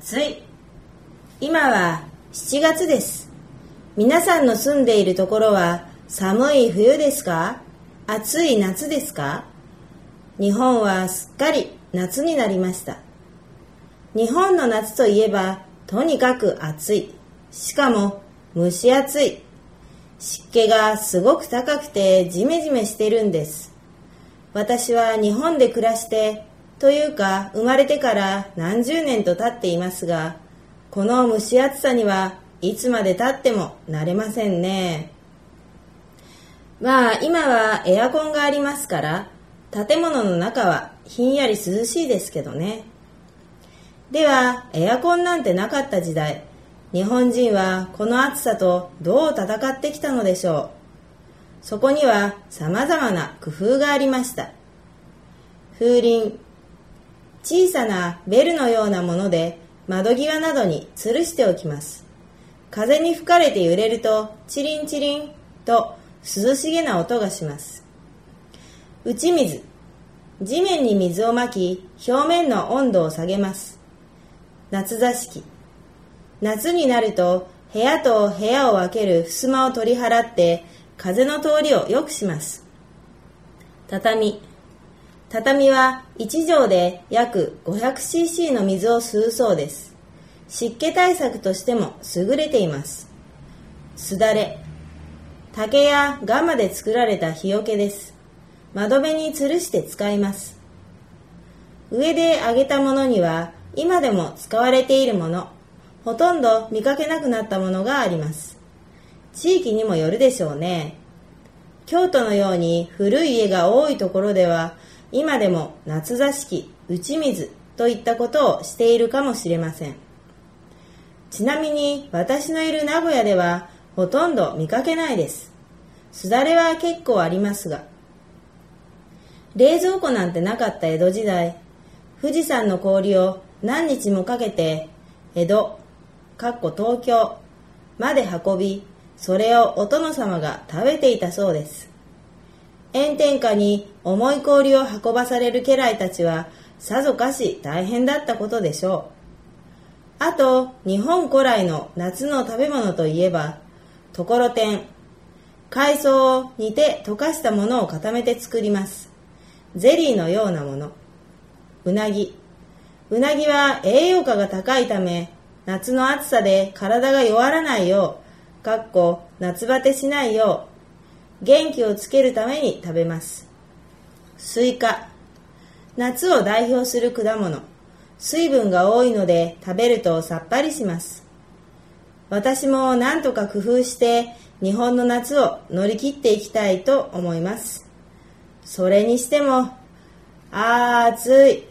暑い。今は7月です。皆さんの住んでいるところは寒い冬ですか？暑い夏ですか？日本はすっかり夏になりました。日本の夏といえばとにかく暑い。しかも蒸し暑い。湿気がすごく高くてジメジメしてるんです。私は日本で暮らしてというか生まれてから何十年と経っていますが、この蒸し暑さにはいつまで経っても慣れませんね。まあ今はエアコンがありますから建物の中はひんやり涼しいですけどね。ではエアコンなんてなかった時代、日本人はこの暑さとどう戦ってきたのでしょう。そこには様々な工夫がありました。風鈴、小さなベルのようなもので窓際などに吊るしておきます。風に吹かれて揺れるとチリンチリンと涼しげな音がします。打ち水、地面に水をまき表面の温度を下げます。夏座敷、夏になると部屋と部屋を分ける襖を取り払って風の通りを良くします。畳は1畳で約 500cc の水を吸うそうです。湿気対策としても優れています。すだれ、竹や鎌で作られた日よけです。窓辺に吊るして使います。上で挙げたものには今でも使われているもの、ほとんど見かけなくなったものがあります。地域にもよるでしょうね。京都のように古い家が多いところでは今でも夏座敷、打ち水といったことをしているかもしれません。ちなみに私のいる名古屋ではほとんど見かけないです。すだれは結構ありますが。冷蔵庫なんてなかった江戸時代、富士山の氷を何日もかけて江戸、東京まで運び、それをお殿様が食べていたそうです。炎天下に重い氷を運ばされる家来たちはさぞかし大変だったことでしょう。あと日本古来の夏の食べ物といえばところてん、海藻を煮て溶かしたものを固めて作ります。ゼリーのようなもの。うなぎは栄養価が高いため夏の暑さで体が弱らないよう夏バテしないよう元気をつけるために食べます。スイカ、夏を代表する果物。水分が多いので食べるとさっぱりします。私も何とか工夫して日本の夏を乗り切っていきたいと思います。それにしても暑い。